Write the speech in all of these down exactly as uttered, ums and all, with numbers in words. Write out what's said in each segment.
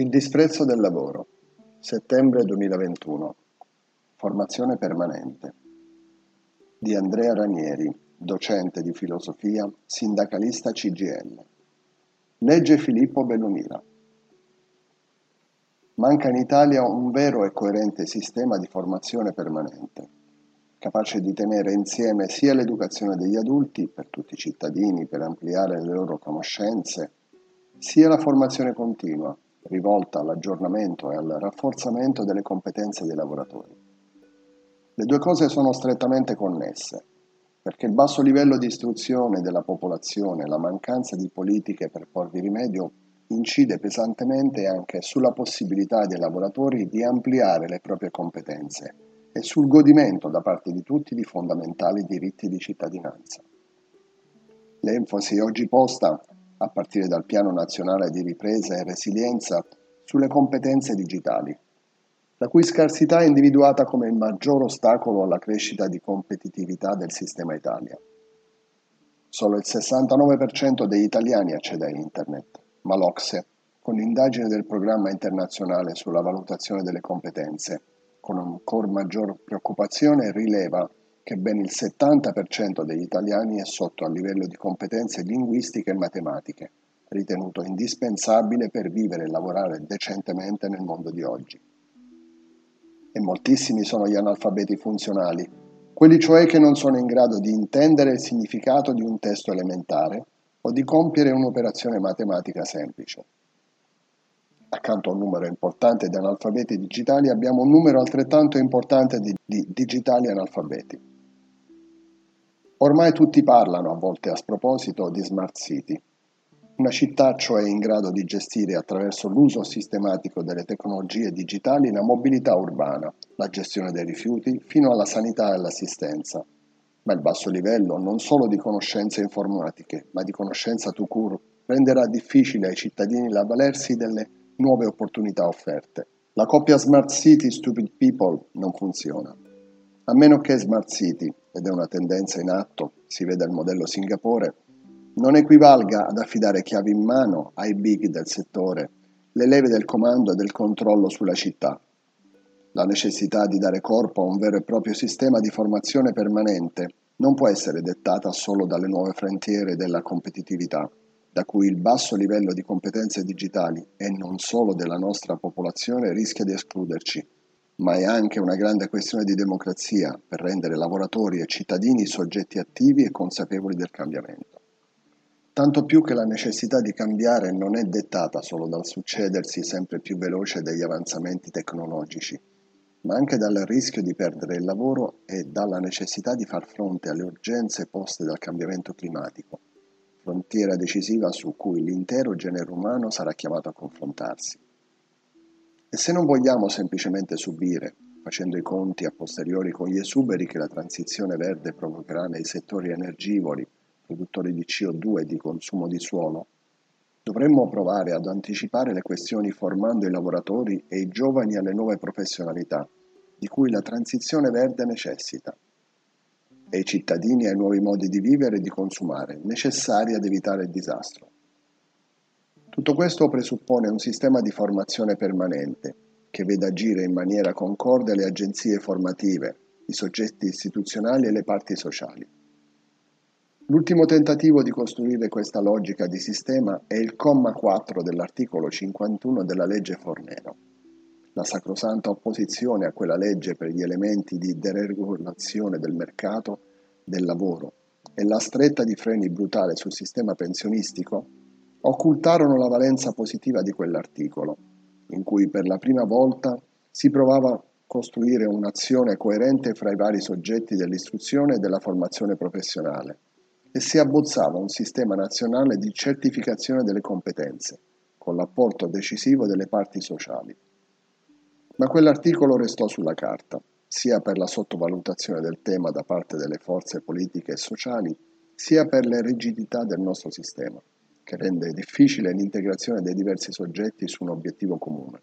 Il disprezzo del lavoro. Settembre duemilaventuno. Formazione permanente. Di Andrea Ranieri, docente di filosofia, sindacalista C G I L. Legge Filippo Bellumira. Manca in Italia un vero e coerente sistema di formazione permanente, capace di tenere insieme sia l'educazione degli adulti, per tutti i cittadini, per ampliare le loro conoscenze, sia la formazione continua, rivolta all'aggiornamento e al rafforzamento delle competenze dei lavoratori. Le due cose sono strettamente connesse, perché il basso livello di istruzione della popolazione e la mancanza di politiche per porvi rimedio incide pesantemente anche sulla possibilità dei lavoratori di ampliare le proprie competenze e sul godimento da parte di tutti di fondamentali diritti di cittadinanza. L'enfasi oggi posta, a partire dal Piano Nazionale di Ripresa e Resilienza, sulle competenze digitali, la cui scarsità è individuata come il maggior ostacolo alla crescita di competitività del sistema Italia. Solo il sessantanove per cento degli italiani accede a Internet, ma l'O C S E, con l'indagine del Programma internazionale sulla valutazione delle competenze, con ancor maggior preoccupazione rileva che ben il settanta per cento degli italiani è sotto al livello di competenze linguistiche e matematiche, ritenuto indispensabile per vivere e lavorare decentemente nel mondo di oggi. E moltissimi sono gli analfabeti funzionali, quelli cioè che non sono in grado di intendere il significato di un testo elementare o di compiere un'operazione matematica semplice. Accanto a un numero importante di analfabeti digitali abbiamo un numero altrettanto importante di, di digitali analfabeti. Ormai tutti parlano, a volte a sproposito, di smart city. Una città cioè in grado di gestire attraverso l'uso sistematico delle tecnologie digitali la mobilità urbana, la gestione dei rifiuti, fino alla sanità e all'assistenza. Ma il basso livello, non solo di conoscenze informatiche, ma di conoscenza tout court, renderà difficile ai cittadini l'avvalersi delle nuove opportunità offerte. La coppia Smart City-Stupid People non funziona. A meno che Smart City, ed è una tendenza in atto, si veda il modello Singapore, non equivalga ad affidare chiavi in mano ai big del settore le leve del comando e del controllo sulla città. La necessità di dare corpo a un vero e proprio sistema di formazione permanente non può essere dettata solo dalle nuove frontiere della competitività, da cui il basso livello di competenze digitali e non solo della nostra popolazione rischia di escluderci, ma è anche una grande questione di democrazia per rendere lavoratori e cittadini soggetti attivi e consapevoli del cambiamento. Tanto più che la necessità di cambiare non è dettata solo dal succedersi sempre più veloce degli avanzamenti tecnologici, ma anche dal rischio di perdere il lavoro e dalla necessità di far fronte alle urgenze poste dal cambiamento climatico, frontiera decisiva su cui l'intero genere umano sarà chiamato a confrontarsi. E se non vogliamo semplicemente subire, facendo i conti a posteriori con gli esuberi che la transizione verde provocherà nei settori energivori, produttori di C O due e di consumo di suolo, dovremmo provare ad anticipare le questioni formando i lavoratori e i giovani alle nuove professionalità, di cui la transizione verde necessita, e i cittadini ai nuovi modi di vivere e di consumare, necessari ad evitare il disastro. Tutto questo presuppone un sistema di formazione permanente, che veda agire in maniera concorde le agenzie formative, i soggetti istituzionali e le parti sociali. L'ultimo tentativo di costruire questa logica di sistema è il comma quattro dell'articolo cinquantuno della legge Fornero. La sacrosanta opposizione a quella legge per gli elementi di deregolazione del mercato del lavoro e la stretta di freni brutale sul sistema pensionistico occultarono la valenza positiva di quell'articolo, in cui per la prima volta si provava a costruire un'azione coerente fra i vari soggetti dell'istruzione e della formazione professionale e si abbozzava un sistema nazionale di certificazione delle competenze, con l'apporto decisivo delle parti sociali. Ma quell'articolo restò sulla carta, sia per la sottovalutazione del tema da parte delle forze politiche e sociali, sia per le rigidità del nostro sistema, che rende difficile l'integrazione dei diversi soggetti su un obiettivo comune.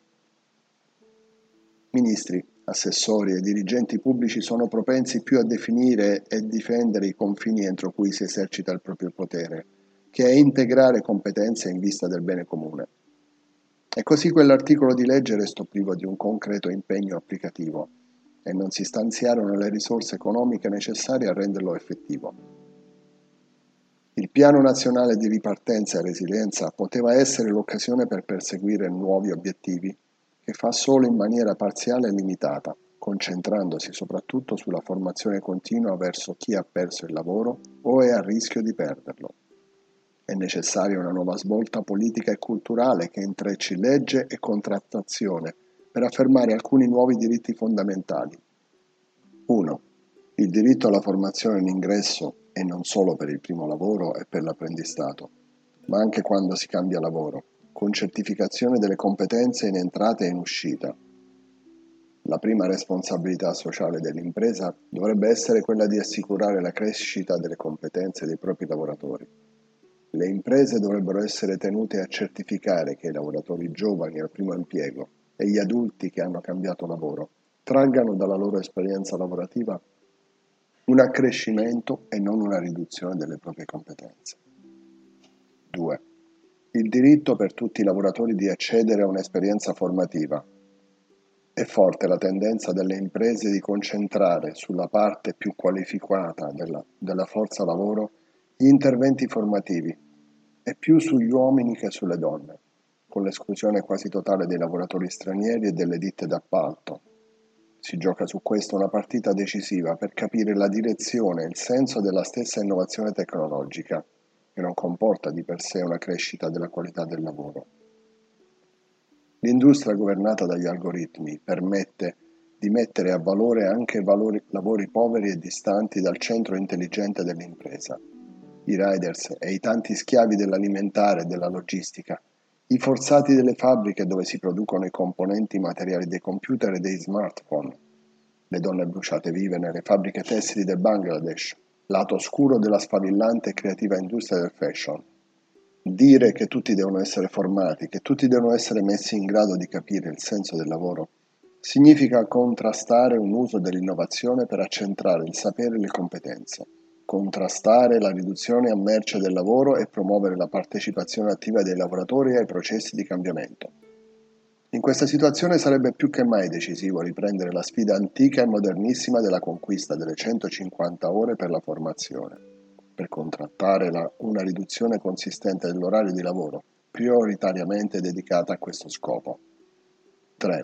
Ministri, assessori e dirigenti pubblici sono propensi più a definire e difendere i confini entro cui si esercita il proprio potere, che a integrare competenze in vista del bene comune. E così quell'articolo di legge restò privo di un concreto impegno applicativo e non si stanziarono le risorse economiche necessarie a renderlo effettivo. Il Piano Nazionale di Ripartenza e Resilienza poteva essere l'occasione per perseguire nuovi obiettivi, che fa solo in maniera parziale e limitata, concentrandosi soprattutto sulla formazione continua verso chi ha perso il lavoro o è a rischio di perderlo. È necessaria una nuova svolta politica e culturale che intrecci legge e contrattazione per affermare alcuni nuovi diritti fondamentali. uno. Il diritto alla formazione in ingresso e non solo per il primo lavoro e per l'apprendistato, ma anche quando si cambia lavoro, con certificazione delle competenze in entrata e in uscita. La prima responsabilità sociale dell'impresa dovrebbe essere quella di assicurare la crescita delle competenze dei propri lavoratori. Le imprese dovrebbero essere tenute a certificare che i lavoratori giovani al primo impiego e gli adulti che hanno cambiato lavoro traggano dalla loro esperienza lavorativa un accrescimento e non una riduzione delle proprie competenze. due. Il diritto per tutti i lavoratori di accedere a un'esperienza formativa. È forte la tendenza delle imprese di concentrare sulla parte più qualificata della, della forza lavoro gli interventi formativi e più sugli uomini che sulle donne, con l'esclusione quasi totale dei lavoratori stranieri e delle ditte d'appalto. Si gioca su questo una partita decisiva per capire la direzione e il senso della stessa innovazione tecnologica, che non comporta di per sé una crescita della qualità del lavoro. L'industria governata dagli algoritmi permette di mettere a valore anche valori, lavori poveri e distanti dal centro intelligente dell'impresa. I riders e i tanti schiavi dell'alimentare e della logistica, i forzati delle fabbriche dove si producono i componenti materiali dei computer e dei smartphone, le donne bruciate vive nelle fabbriche tessili del Bangladesh, lato oscuro della sfavillante e creativa industria del fashion. Dire che tutti devono essere formati, che tutti devono essere messi in grado di capire il senso del lavoro, significa contrastare un uso dell'innovazione per accentrare il sapere e le competenze, contrastare la riduzione a merce del lavoro e promuovere la partecipazione attiva dei lavoratori ai processi di cambiamento. In questa situazione sarebbe più che mai decisivo riprendere la sfida antica e modernissima della conquista delle centocinquanta ore per la formazione, per contrattare la, una riduzione consistente dell'orario di lavoro, prioritariamente dedicata a questo scopo. tre.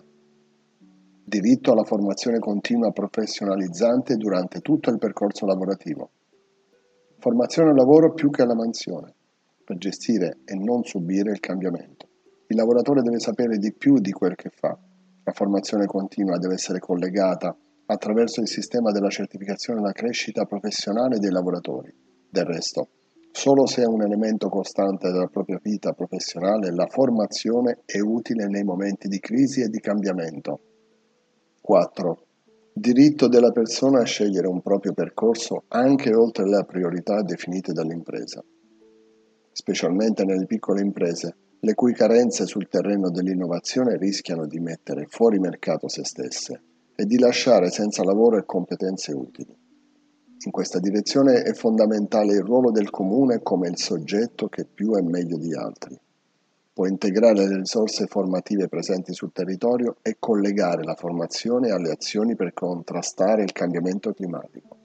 Diritto alla formazione continua professionalizzante durante tutto il percorso lavorativo. Formazione al lavoro più che alla mansione, per gestire e non subire il cambiamento. Il lavoratore deve sapere di più di quel che fa. La formazione continua deve essere collegata attraverso il sistema della certificazione alla crescita professionale dei lavoratori. Del resto, solo se è un elemento costante della propria vita professionale, la formazione è utile nei momenti di crisi e di cambiamento. quattro. Diritto della persona a scegliere un proprio percorso anche oltre le priorità definite dall'impresa, specialmente nelle piccole imprese, le cui carenze sul terreno dell'innovazione rischiano di mettere fuori mercato se stesse e di lasciare senza lavoro e competenze utili. In questa direzione è fondamentale il ruolo del comune come il soggetto che più è meglio di altri. Può integrare le risorse formative presenti sul territorio e collegare la formazione alle azioni per contrastare il cambiamento climatico.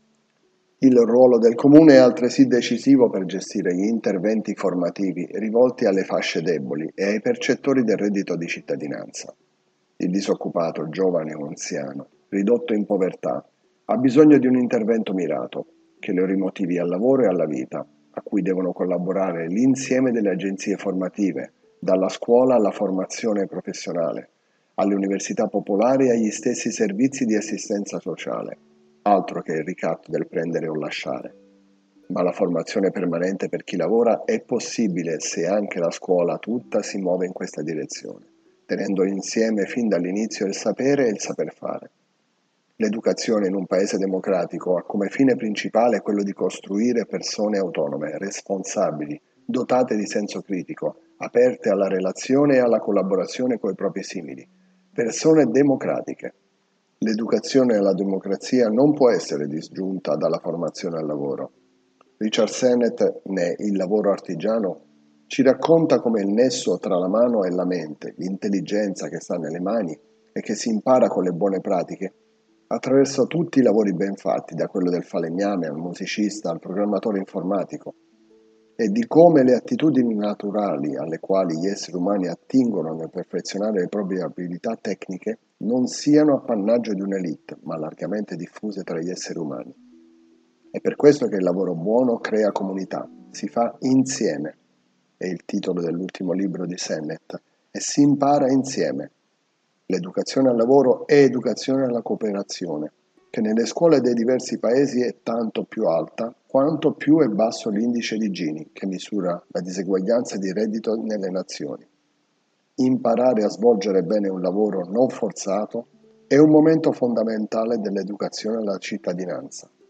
Il ruolo del comune è altresì decisivo per gestire gli interventi formativi rivolti alle fasce deboli e ai percettori del reddito di cittadinanza. Il disoccupato, giovane o anziano, ridotto in povertà, ha bisogno di un intervento mirato che lo rimotivi al lavoro e alla vita, a cui devono collaborare l'insieme delle agenzie formative, dalla scuola alla formazione professionale, alle università popolari e agli stessi servizi di assistenza sociale. Altro che il ricatto del prendere o lasciare. Ma la formazione permanente per chi lavora è possibile se anche la scuola tutta si muove in questa direzione, tenendo insieme fin dall'inizio il sapere e il saper fare. L'educazione in un paese democratico ha come fine principale quello di costruire persone autonome, responsabili, dotate di senso critico, aperte alla relazione e alla collaborazione con i propri simili, persone democratiche. L'educazione alla democrazia non può essere disgiunta dalla formazione al lavoro. Richard Sennett, ne Il lavoro artigiano, Ci racconta come il nesso tra la mano e la mente, l'intelligenza che sta nelle mani e che si impara con le buone pratiche, attraverso tutti i lavori ben fatti, da quello del falegname al musicista al programmatore informatico, e di come le attitudini naturali alle quali gli esseri umani attingono nel perfezionare le proprie abilità tecniche non siano appannaggio di un'elite, ma largamente diffuse tra gli esseri umani. È per questo che il lavoro buono crea comunità, si fa insieme, è il titolo dell'ultimo libro di Sennett, e si impara insieme. L'educazione al lavoro è educazione alla cooperazione, che nelle scuole dei diversi paesi è tanto più alta quanto più è basso l'indice di Gini, che misura la diseguaglianza di reddito nelle nazioni. Imparare a svolgere bene un lavoro non forzato è un momento fondamentale dell'educazione alla cittadinanza.